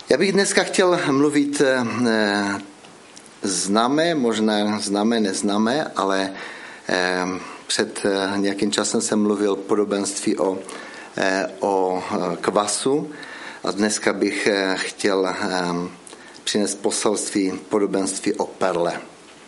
Já bych dneska chtěl mluvit známé, možná známé, neznámé, ale před nějakým časem jsem mluvil podobenství o kvasu a dneska bych chtěl přinést poselství podobenství o perle.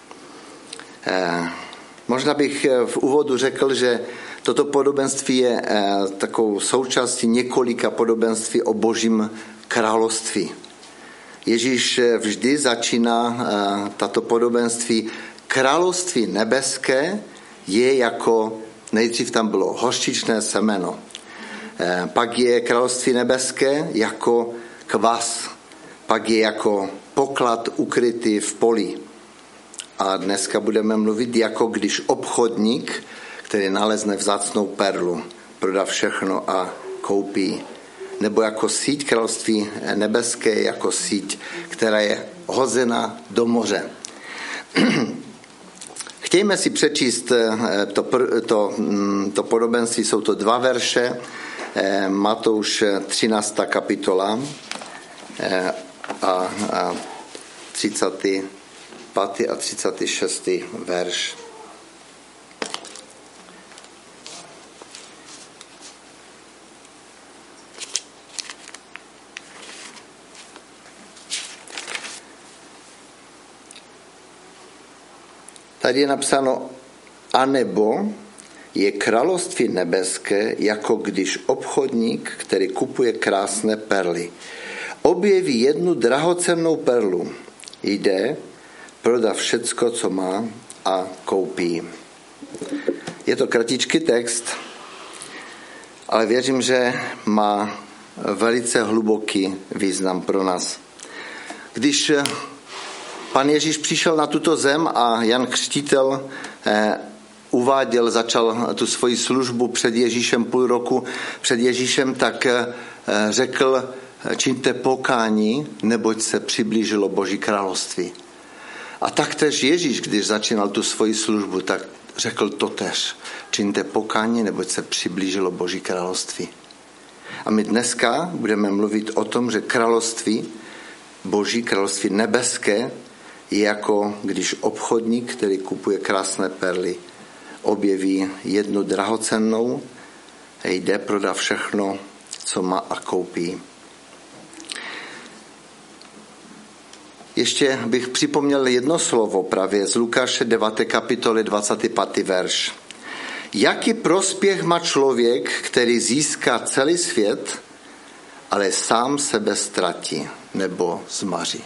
Možná bych v úvodu řekl, že toto podobenství je takovou součástí několika podobenství o Božím království. Ježíš vždy začíná tato podobenství. Království nebeské je jako, nejdřív tam bylo hořčičné semeno, pak je království nebeské jako kvas, pak je jako poklad ukrytý v poli. A dneska budeme mluvit jako když obchodník, který nalezne vzácnou perlu, prodá všechno a koupí. Nebo jako síť království nebeské, jako síť, která je hozena do moře. Chtějme si přečíst to podobenství, jsou to 2 verše, Matouš 13. kapitola a 35. a 36. verš. Tady je napsáno, anebo je království nebeské, jako když obchodník, který kupuje krásné perly, objeví jednu drahocennou perlu, jde, prodá všecko, co má a koupí. Je to kratičký text, ale věřím, že má velice hluboký význam pro nás. Když Pan Ježíš přišel na tuto zem a Jan Křtitel začal tu svoji službu před Ježíšem, půl roku před Ježíšem, tak řekl, čiňte pokání, neboť se přiblížilo Boží království. A taktéž Ježíš, když začínal tu svoji službu, tak řekl totéž, čiňte pokání, neboť se přiblížilo Boží království. A my dneska budeme mluvit o tom, že království, Boží království nebeské, je jako když obchodník, který kupuje krásné perly, objeví jednu drahocennou a jde, prodá všechno, co má a koupí. Ještě bych připomněl jedno slovo právě z Lukáše 9. kapitoly 25. verš. Jaký prospěch má člověk, který získá celý svět, ale sám sebe ztratí nebo zmaří?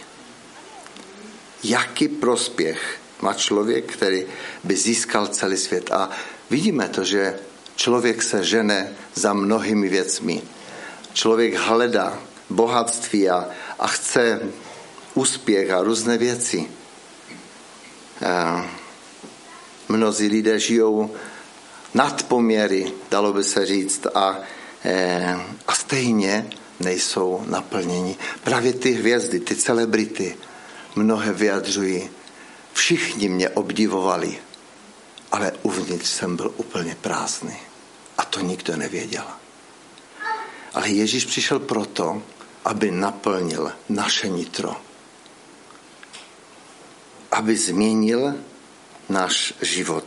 Jaký prospěch má člověk, který by získal celý svět? A vidíme to, že člověk se žene za mnohými věcmi. Člověk hledá bohatství a chce úspěch a různé věci. Mnozí lidé žijou nad poměry, dalo by se říct, a stejně nejsou naplněni. Právě ty hvězdy, ty celebrity, mnohé vyjadřují, všichni mě obdivovali, ale uvnitř jsem byl úplně prázdný. A to nikdo nevěděl. Ale Ježíš přišel proto, aby naplnil naše nitro. Aby změnil náš život.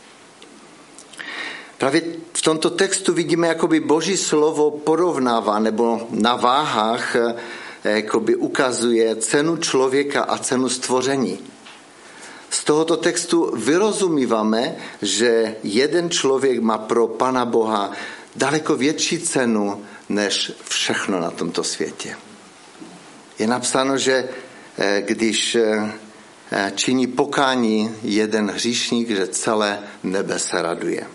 Právě v tomto textu vidíme, jakoby Boží slovo porovnává nebo na váhách jakoby ukazuje cenu člověka a cenu stvoření. Z tohoto textu vyrozumíváme, že jeden člověk má pro Pana Boha daleko větší cenu než všechno na tomto světě. Je napsáno, že když činí pokání jeden hříšník, že celé nebe se raduje.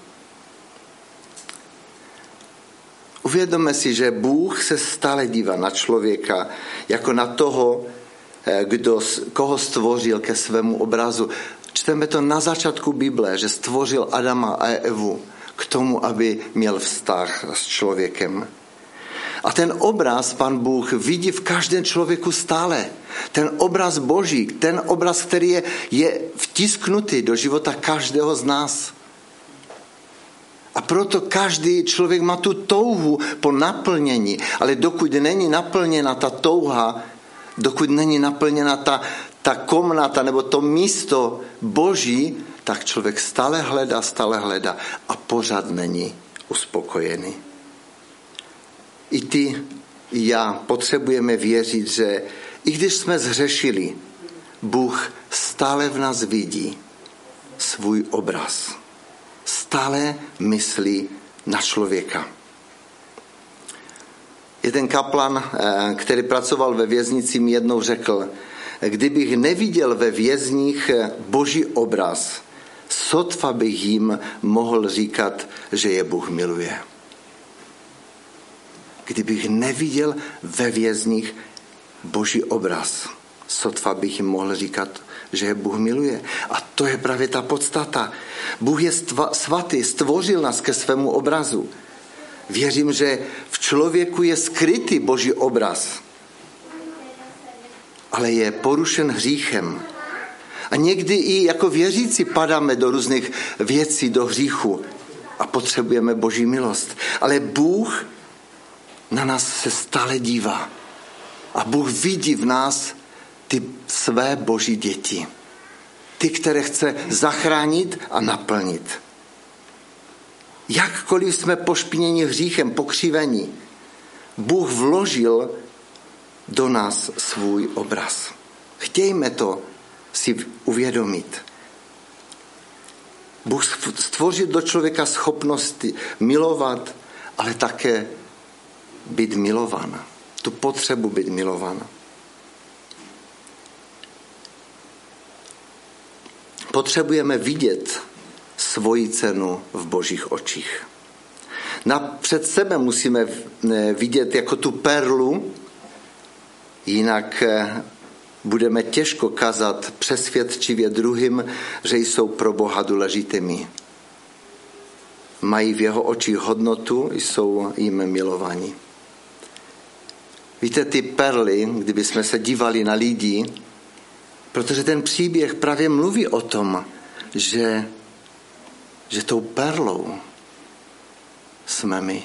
Uvědomme si, že Bůh se stále dívá na člověka jako na toho, koho stvořil ke svému obrazu. Čteme to na začátku Bible, že stvořil Adama a Evu k tomu, aby měl vztah s člověkem. A ten obraz Pan Bůh vidí v každém člověku stále. Ten obraz Boží, ten obraz, který je vtisknutý do života každého z nás. A proto každý člověk má tu touhu po naplnění, ale dokud není naplněna ta touha, dokud není naplněna ta komnata nebo to místo Boží, tak člověk stále hledá a pořád není uspokojený. I ty, i já potřebujeme věřit, že i když jsme zhřešili, Bůh stále v nás vidí svůj obraz. Stále myslí na člověka. Jeden kaplan, který pracoval ve věznici, mi jednou řekl, kdybych neviděl ve vězních Boží obraz, sotva bych jim mohl říkat, že je Bůh miluje. Kdybych neviděl ve vězních Boží obraz, sotva bych jim mohl říkat, že je Bůh miluje. A to je právě ta podstata. Bůh je svatý, stvořil nás ke svému obrazu. Věřím, že v člověku je skrytý Boží obraz, ale je porušen hříchem. A někdy i jako věřící padáme do různých věcí, do hříchu a potřebujeme Boží milost. Ale Bůh na nás se stále dívá. A Bůh vidí v nás ty své Boží děti. Ty, které chce zachránit a naplnit. Jakkoliv jsme pošpiněni hříchem, pokřivení, Bůh vložil do nás svůj obraz. Chtějme to si uvědomit. Bůh stvořil do člověka schopnosti milovat, ale také být milovan. Tu potřebu být milovan. Potřebujeme vidět svoji cenu v Božích očích. Před sebe musíme vidět jako tu perlu, jinak budeme těžko kazat přesvědčivě druhým, že jsou pro Boha důležitými. Mají v jeho očích hodnotu, jsou jim milovaní. Víte, ty perly, kdybychom se dívali na lidi, protože ten příběh právě mluví o tom, že tou perlou jsme my.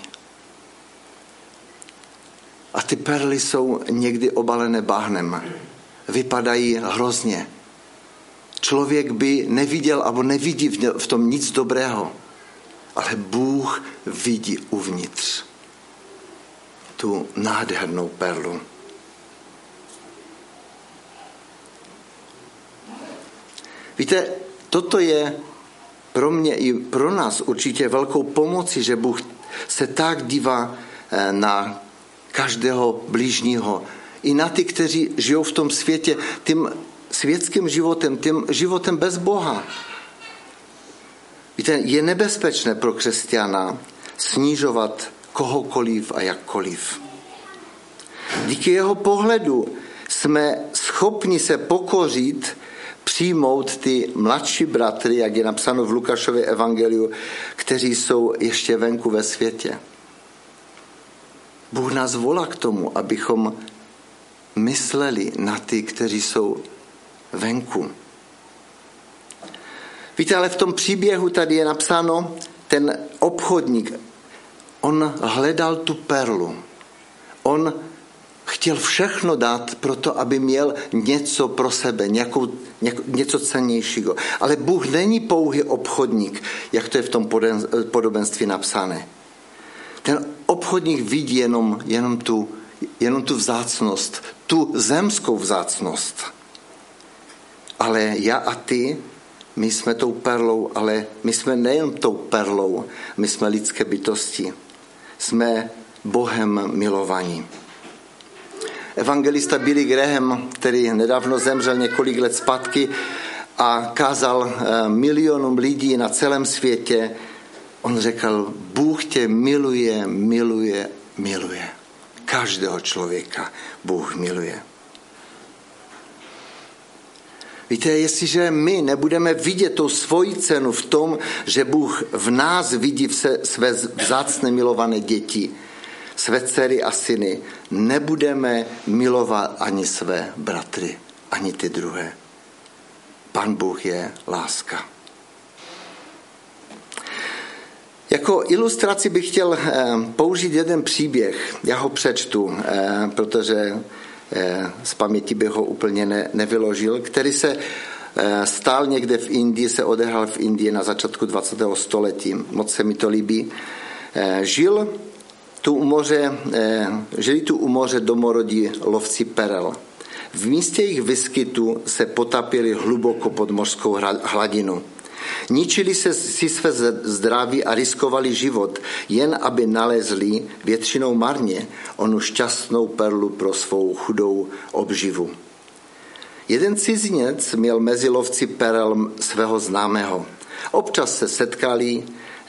A ty perly jsou někdy obalené bahnem. Vypadají hrozně. Člověk by neviděl nebo nevidí v tom nic dobrého. Ale Bůh vidí uvnitř tu nádhernou perlu. Víte, toto je pro mě i pro nás určitě velkou pomocí, že Bůh se tak dívá na každého blížního. I na ty, kteří žijou v tom světě, tím světským životem, tím životem bez Boha. Víte, je nebezpečné pro křesťana snižovat kohokoliv a jakkoliv. Díky jeho pohledu jsme schopni se pokořit, přijmout ty mladší bratry, jak je napsáno v Lukášově evangeliu, kteří jsou ještě venku ve světě. Bůh nás volá k tomu, abychom mysleli na ty, kteří jsou venku. Víte, ale v tom příběhu tady je napsáno, ten obchodník, on hledal tu perlu. On chtěl všechno dát pro to, aby měl něco pro sebe, něco cennějšího. Ale Bůh není pouhý obchodník, jak to je v tom podobenství napsané. Ten obchodník vidí jenom tu vzácnost, tu zemskou vzácnost. Ale já a ty, my jsme tou perlou, ale my jsme nejen tou perlou, my jsme lidské bytosti. Jsme Bohem milovaní. Evangelista Billy Graham, který nedávno zemřel několik let zpátky a kázal milionům lidí na celém světě, on řekl, Bůh tě miluje, miluje, miluje. Každého člověka Bůh miluje. Víte, jestliže my nebudeme vidět tou svoji cenu v tom, že Bůh v nás vidí své vzácné milované děti, své dcery a syny, nebudeme milovat ani své bratry, ani ty druhé. Pan Bůh je láska. Jako ilustraci bych chtěl použít jeden příběh. Já ho přečtu, protože z paměti bych ho úplně nevyložil, který se stál někde v Indii, se odehrál v Indii na začátku 20. století. Moc se mi to líbí. Žili tu u moře domorodí lovci perel. V místě jejich výskytu se potapili hluboko pod mořskou hladinu. Ničili si své zdraví a riskovali život, jen aby nalezli, většinou marně, onu šťastnou perlu pro svou chudou obživu. Jeden cizinec měl mezi lovci perel svého známého. Občas se setkali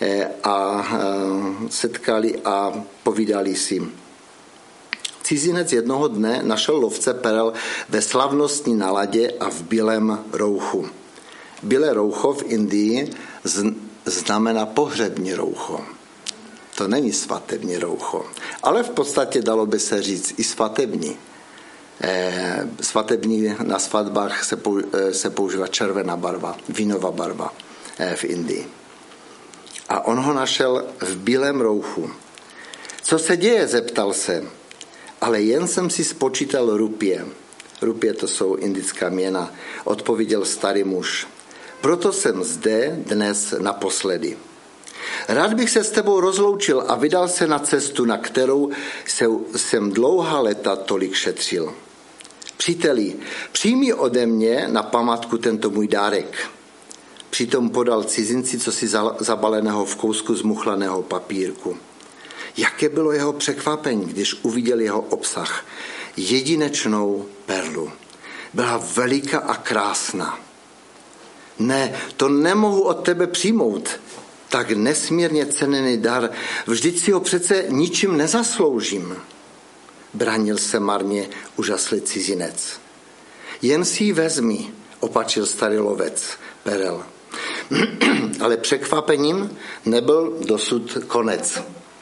a povídali si. Cizinec jednoho dne našel lovce perel ve slavnostní naladě a v bílém rouchu. Bílé roucho v Indii znamená pohřební roucho. To není svatební roucho, ale v podstatě dalo by se říct i svatební. Svatební na svatbách se používá červená barva, vínová barva v Indii. A on ho našel v bílém rouchu. Co se děje, zeptal se. Ale jen jsem si spočítal rupie. Rupie to jsou indická měna, odpověděl starý muž. Proto jsem zde dnes naposledy. Rád bych se s tebou rozloučil a vydal se na cestu, na kterou jsem dlouhá léta tolik šetřil. Příteli, přijmi ode mě na památku tento můj dárek. Přitom podal cizinci cosi zabaleného v kousku zmuchlaného papírku. Jaké bylo jeho překvapení, když uviděl jeho obsah. Jedinečnou perlu. Byla veliká a krásná. Ne, to nemohu od tebe přijmout. Tak nesmírně cenný dar. Vždyť si ho přece ničím nezasloužím. Bránil se marně úžaslý cizinec. Jen si ji vezmi, opačil starý lovec perel. Ale překvapením nebyl dosud konec.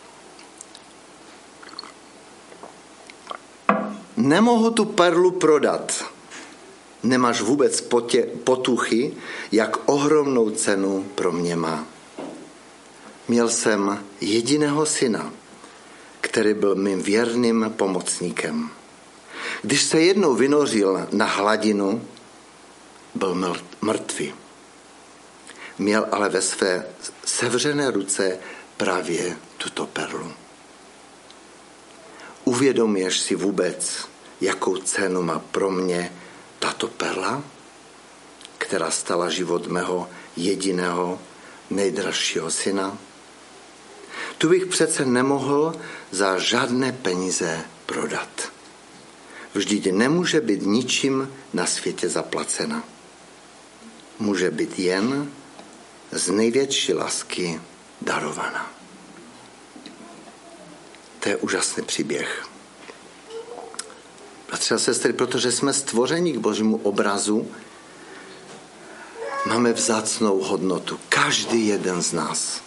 Nemohu tu perlu prodat. Nemáš vůbec potuchy, jak ohromnou cenu pro mě má. Měl jsem jediného syna, který byl mým věrným pomocníkem. Když se jednou vynořil na hladinu, byl mrtvý. Měl ale ve své sevřené ruce právě tuto perlu. Uvědomuješ si vůbec, jakou cenu má pro mě tato perla, která stala život mého jediného, nejdražšího syna? Tu bych přece nemohl za žádné peníze prodat. Vždyť nemůže být ničím na světě zaplacena. Může být jen z největší lásky darovaná. To je úžasný příběh. Bratři a sestry, protože jsme stvořeni k Božímu obrazu, máme vzácnou hodnotu. Každý jeden z nás.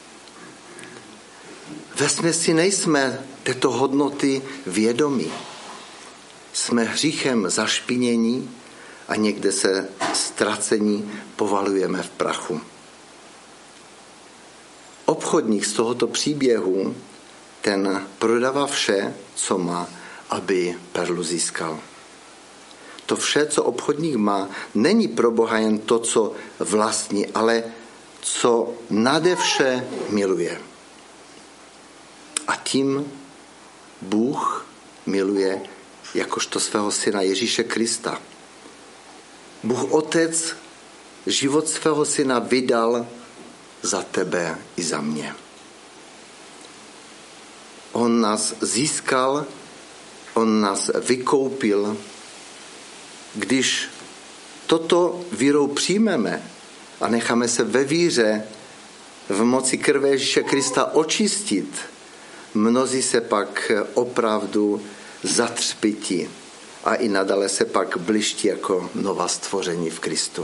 Vesměs nejsme této hodnoty vědomí. Jsme hříchem zašpinění a někde se ztracení povalujeme v prachu. Obchodník z tohoto příběhu, ten prodává vše, co má, aby perlu získal. To vše, co obchodník má, není pro Boha jen to, co vlastní, ale co nade vše miluje. A tím Bůh miluje jakožto svého syna Ježíše Krista. Bůh Otec život svého syna vydal za tebe i za mě. On nás získal, on nás vykoupil. Když toto vírou přijmeme a necháme se ve víře v moci krve Ježíše Krista očistit, mnozí se pak opravdu zatřpití a i nadále se pak bliští jako nová stvoření v Kristu.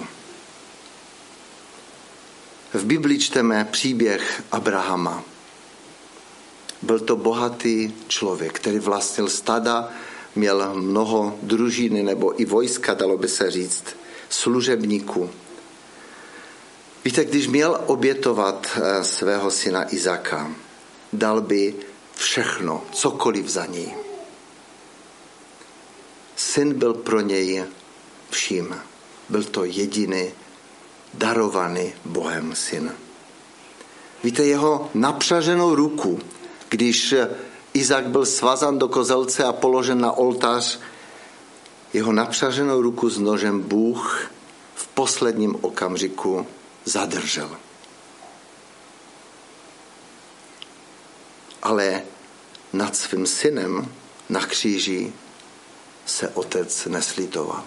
V Biblii čteme příběh Abrahama. Byl to bohatý člověk, který vlastnil stada, měl mnoho družiny nebo i vojska, dalo by se říct, služebníků. Víte, když měl obětovat svého syna Izáka, dal by všechno, cokoliv za něj. Syn byl pro něj vším. Byl to jediný darovaný Bohem syn. Víte, jeho napřaženou ruku, když Izák byl svazán do kozelce a položen na oltář, jeho napřaženou ruku s nožem Bůh v posledním okamžiku zadržel. Ale nad svým synem na kříži se otec neslitoval.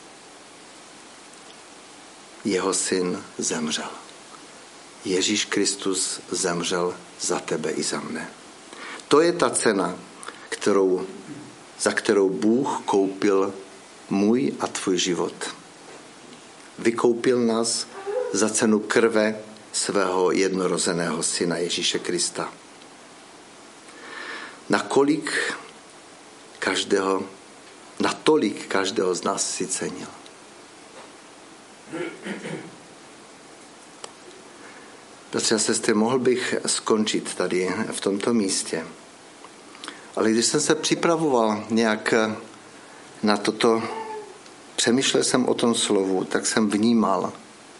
Jeho syn zemřel. Ježíš Kristus zemřel za tebe i za mne. To je ta cena, za kterou Bůh koupil můj a tvůj život. Vykoupil nás za cenu krve svého jednorozeného syna Ježíše Krista. Natolik každého z nás si cenil. Bratři a sestry, mohl bych skončit tady v tomto místě. Ale když jsem se připravoval nějak na toto, přemýšlel jsem o tom slovu, tak jsem vnímal,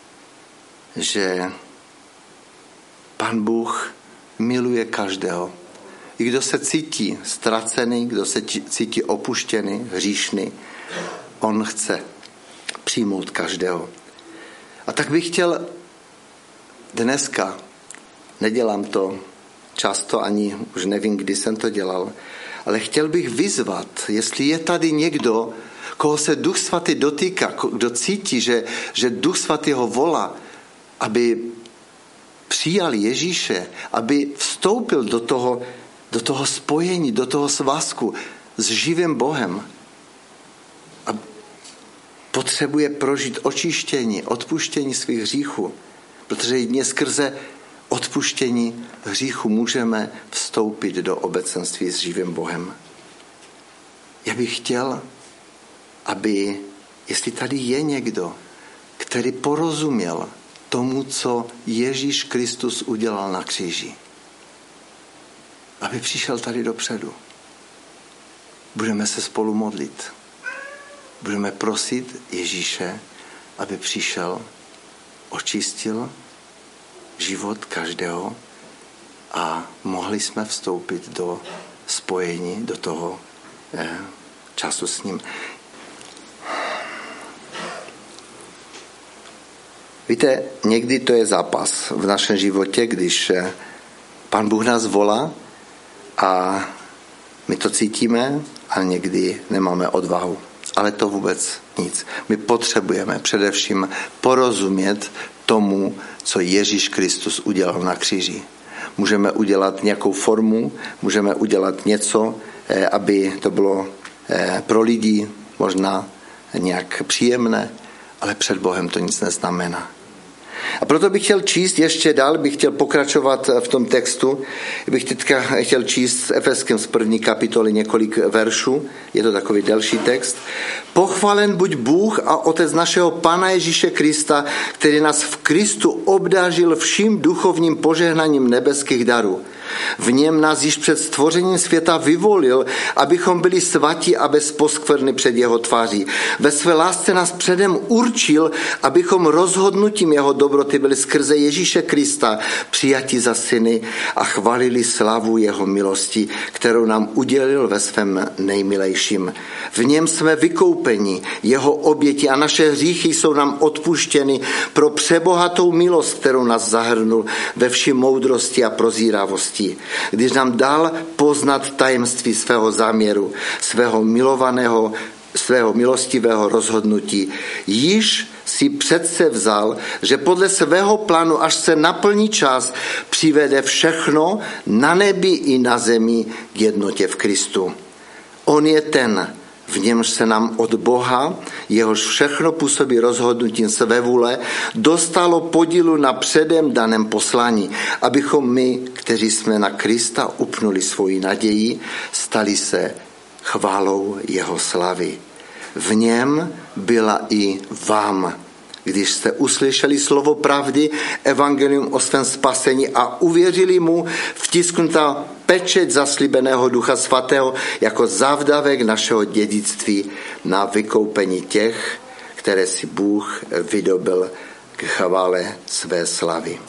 že Pán Bůh miluje každého. I kdo se cítí ztracený, kdo se cítí opuštěný, hříšný, on chce přijmout každého. A tak bych chtěl dneska, nedělám to často, ani už nevím, kdy jsem to dělal, ale chtěl bych vyzvat, jestli je tady někdo, koho se Duch Svatý dotýká, kdo cítí, že Duch Svatý ho volá, aby přijal Ježíše, aby vstoupil do toho spojení, do toho svazku s živým Bohem. A potřebuje prožít očištění, odpuštění svých hříchů, protože jedině skrze odpuštění hříchu můžeme vstoupit do obecenství s živým Bohem. Já bych chtěl, aby, jestli tady je někdo, který porozuměl tomu, co Ježíš Kristus udělal na kříži, aby přišel tady dopředu. Budeme se spolu modlit. Budeme prosit Ježíše, aby přišel, očistil život každého a mohli jsme vstoupit do spojení, do toho času s ním. Víte, někdy to je zápas v našem životě, když Pán Bůh nás volá a my to cítíme a někdy nemáme odvahu. Ale to vůbec nic. My potřebujeme především porozumět tomu, co Ježíš Kristus udělal na kříži. Můžeme udělat nějakou formu, můžeme udělat něco, aby to bylo pro lidi možná nějak příjemné, ale před Bohem to nic neznamená. A proto bych chtěl číst ještě dál, bych chtěl pokračovat v tom textu. Bych teďka chtěl číst s Efeským z 1. kapitoly několik veršů. Je to takový delší text. Pochválen buď Bůh a Otec našeho Pána Ježíše Krista, který nás v Kristu obdařil vším duchovním požehnaním nebeských darů. V něm nás již před stvořením světa vyvolil, abychom byli svatí a bez poskvrny před jeho tváří. Ve své lásce nás předem určil, abychom rozhodnutím jeho dobroty byli skrze Ježíše Krista přijati za syny a chvalili slávu jeho milosti, kterou nám udělil ve svém nejmilejším. V něm jsme vykoupeni, jeho oběti a naše hříchy jsou nám odpuštěny pro přebohatou milost, kterou nás zahrnul ve vší moudrosti a prozíravosti. Když nám dal poznat tajemství svého záměru, svého milostivého rozhodnutí, již si přece vzal, že podle svého plánu, až se naplní čas, přivede všechno na nebi i na zemi k jednotě v Kristu. On je ten, v němž se nám od Boha, jehož všechno působí rozhodnutím své vůle, dostalo podílu na předem daném poslání, abychom my, kteří jsme na Krista upnuli svoji naději, stali se chválou jeho slavy. V něm byla i vám když jste uslyšeli slovo pravdy, evangelium o svém spasení a uvěřili mu, vtisknutá pečeť zaslíbeného Ducha Svatého jako závdavek našeho dědictví na vykoupení těch, které si Bůh vydobil k chvále své slavy.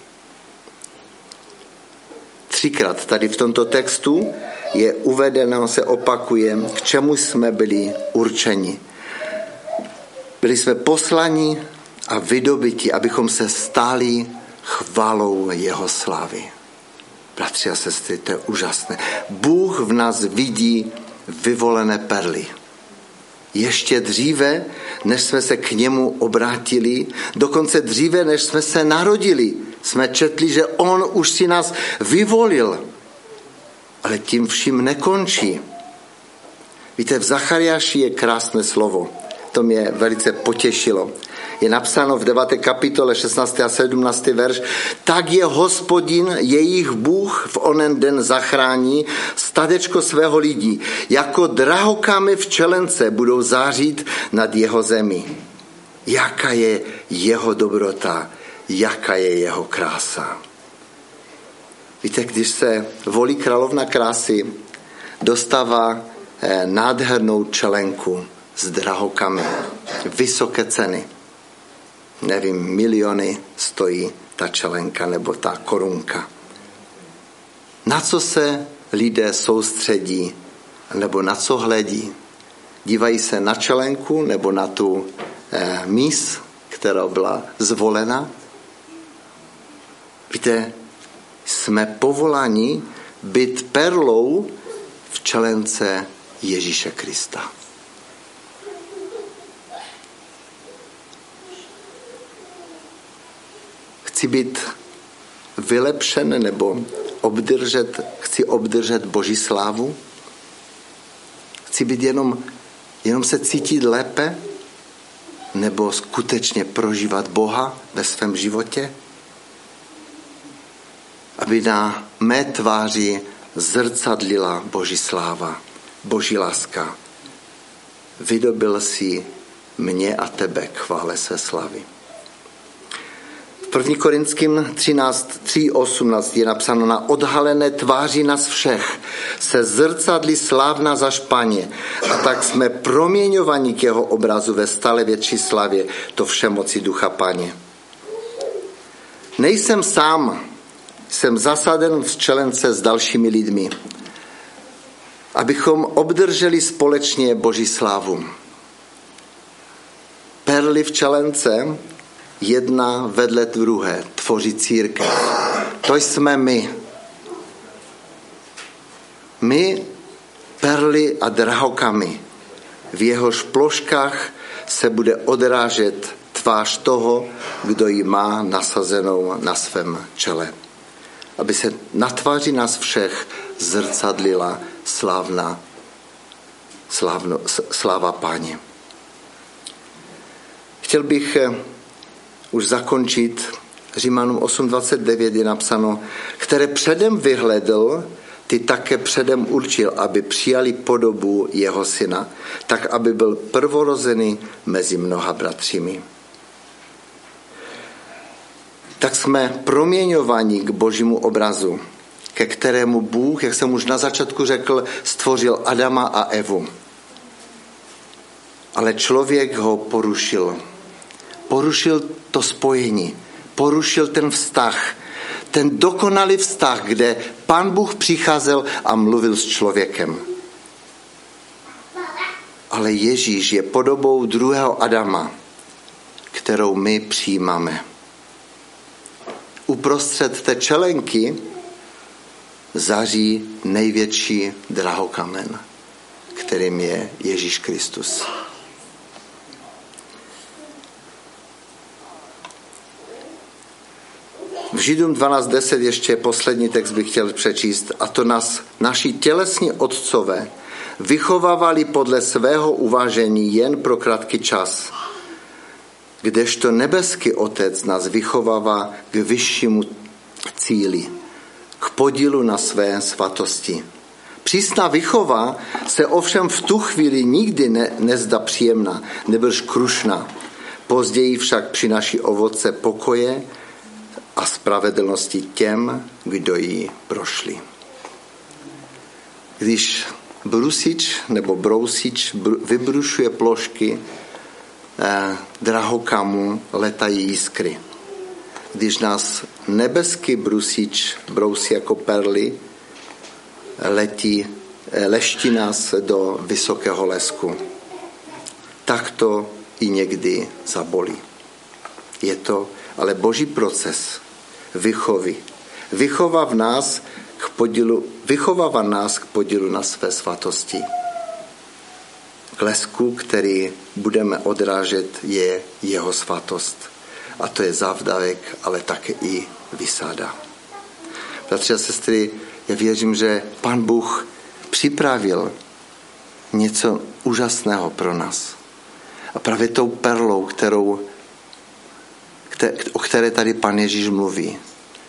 3krát tady v tomto textu je uvedeno, se opakuje, k čemu jsme byli určeni. Byli jsme poslani a vydobiti, abychom se stali chvalou jeho slávy. Bratři a sestry, to je úžasné. Bůh v nás vidí vyvolené perly. Ještě dříve, než jsme se k němu obrátili, dokonce dříve, než jsme se narodili, jsme četli, že on už si nás vyvolil. Ale tím vším nekončí. Víte, v Zachariáši je krásné slovo. To mě velice potěšilo. Je napsáno v 9. kapitole 16. a 17. verš. Tak je Hospodin, jejich Bůh, v onen den zachrání stadečko svého lidí. Jako drahokamy v čelence budou zářit nad jeho zemi. Jaká je jeho dobrota, jaká je jeho krása. Víte, když se volí královna krásy, dostává nádhernou čelenku z drahokamy. Vysoké ceny. Nevím, miliony stojí ta čelenka nebo ta korunka. Na co se lidé soustředí nebo na co hledí? Dívají se na čelenku nebo na tu míst, která byla zvolena? Víte, jsme povoláni být perlou v čelence Ježíše Krista. Chci být vylepšen nebo chci obdržet Boží slávu? Chci být jenom se cítit lépe? Nebo skutečně prožívat Boha ve svém životě? Aby na mé tváři zrcadlila Boží sláva, Boží láska. Vydobil si mě a tebe k chvále své slavy. V 1. Korinským 3:18 je napsáno: na odhalené tváři nás všech se zrcadlí slávna zašpaně a tak jsme proměňovaní k jeho obrazu ve stále větší slavě, to všemoci Ducha Páně. Nejsem sám, jsem zasaden v čelence s dalšími lidmi, abychom obdrželi společně Boží slávu. Perly v čelence jedna vedle druhé tvoří církev. To jsme my. My, perly a drahokamy, v jehož ploškách se bude odrážet tvář toho, kdo ji má nasazenou na svém čele. Aby se na tváři nás všech zrcadlila sláva Páně. Chtěl bych už zakončit. Římanům 8:29 je napsáno, které předem vyhledl, ty také předem určil, aby přijali podobu jeho syna, tak aby byl prvorozený mezi mnoha bratřími. Tak jsme proměňováni k Božímu obrazu, ke kterému Bůh, jak jsem už na začátku řekl, stvořil Adama a Evu. Ale člověk ho porušil. Porušil to spojení, porušil ten vztah, ten dokonalý vztah, kde Pán Bůh přicházel a mluvil s člověkem. Ale Ježíš je podobou druhého Adama, kterou my přijímáme. Uprostřed té čelenky září největší drahokamen, kterým je Ježíš Kristus. V Židům 12:10 ještě poslední text bych chtěl přečíst, a to nás naši tělesní otcové vychovávali podle svého uvážení jen pro krátký čas, kdežto nebeský Otec nás vychovává k vyššímu cíli, k podílu na své svatosti. Přísná výchova se ovšem v tu chvíli nikdy nezdá příjemná, nebož krušná. Později však přináší ovoce pokoje a spravedlnosti těm, kdo ji prošli. Když brusič nebo brousič vybrušuje plošky drahokamů, letají jiskry. Když nás nebeský brusič brousí jako perly, leští nás do vysokého lesku. Tak to i někdy zabolí. Je to ale boží proces výchovy. Vychovává nás k podílu na své svatosti. K lesku, který budeme odrážet, je jeho svatost. A to je závdavek, ale také i vysáda. Bratři a sestry, já věřím, že Pán Bůh připravil něco úžasného pro nás. A právě tou perlou, o které tady Pán Ježíš mluví,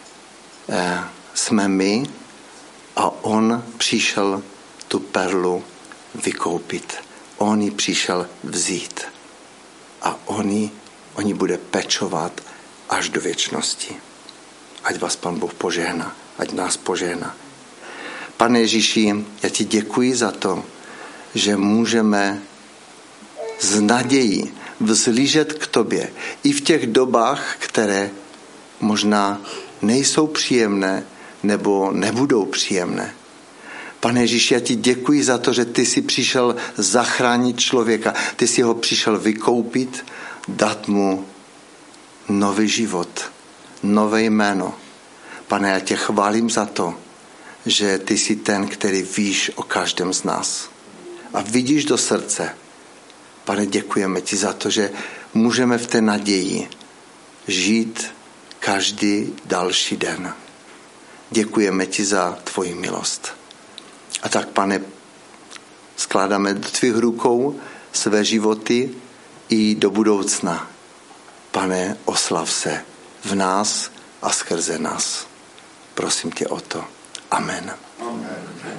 jsme my a on přišel tu perlu vykoupit. On ji přišel vzít. A on ji bude pečovat až do věčnosti. Ať vás Pán Bůh požehná, ať nás požehná. Pane Ježíši, já ti děkuji za to, že můžeme s nadějí vzlížet k tobě i v těch dobách, které možná nejsou příjemné nebo nebudou příjemné. Pane Ježíši, já ti děkuji za to, že ty jsi přišel zachránit člověka, ty jsi ho přišel vykoupit, dát mu nový život, nové jméno. Pane, já tě chválím za to, že ty jsi ten, který víš o každém z nás. A vidíš do srdce. Pane, děkujeme ti za to, že můžeme v té naději žít každý další den. Děkujeme ti za tvoji milost. A tak, Pane, skládáme do tvých rukou své životy i do budoucna. Pane, oslav se v nás a skrze nás. Prosím tě o to. Amen. Amen.